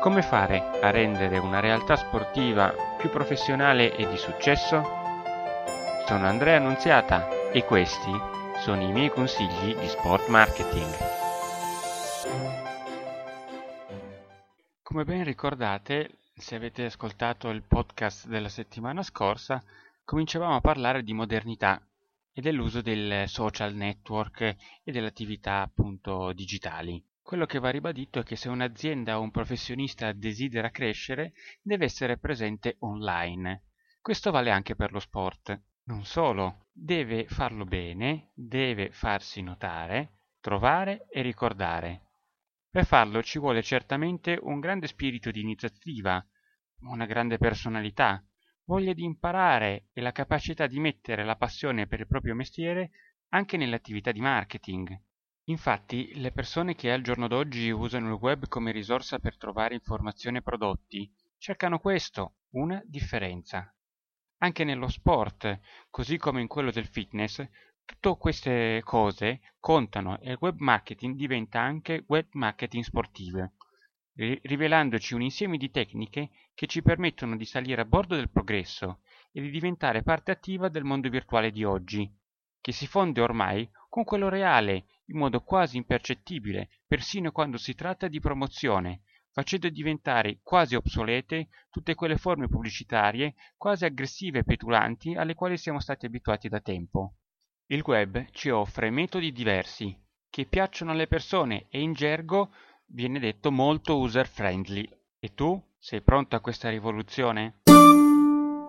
Come fare a rendere una realtà sportiva più professionale e di successo? Sono Andrea Annunziata e questi sono i miei consigli di sport marketing. Come ben ricordate, se avete ascoltato il podcast della settimana scorsa, cominciavamo a parlare di modernità e dell'uso del social network e delle attività appunto digitali. Quello che va ribadito è che se un'azienda o un professionista desidera crescere, deve essere presente online. Questo vale anche per lo sport. Non solo, deve farlo bene, deve farsi notare, trovare e ricordare. Per farlo ci vuole certamente un grande spirito di iniziativa, una grande personalità, voglia di imparare e la capacità di mettere la passione per il proprio mestiere anche nelle attività di marketing. Infatti, le persone che al giorno d'oggi usano il web come risorsa per trovare informazioni e prodotti cercano questo, una differenza. Anche nello sport, così come in quello del fitness, tutte queste cose contano e il web marketing diventa anche web marketing sportivo, rivelandoci un insieme di tecniche che ci permettono di salire a bordo del progresso e di diventare parte attiva del mondo virtuale di oggi, che si fonde ormai con quello reale in modo quasi impercettibile, persino quando si tratta di promozione, facendo diventare quasi obsolete tutte quelle forme pubblicitarie quasi aggressive e petulanti alle quali siamo stati abituati da tempo. Il web ci offre metodi diversi, che piacciono alle persone e in gergo viene detto molto user friendly. E tu? Sei pronto a questa rivoluzione?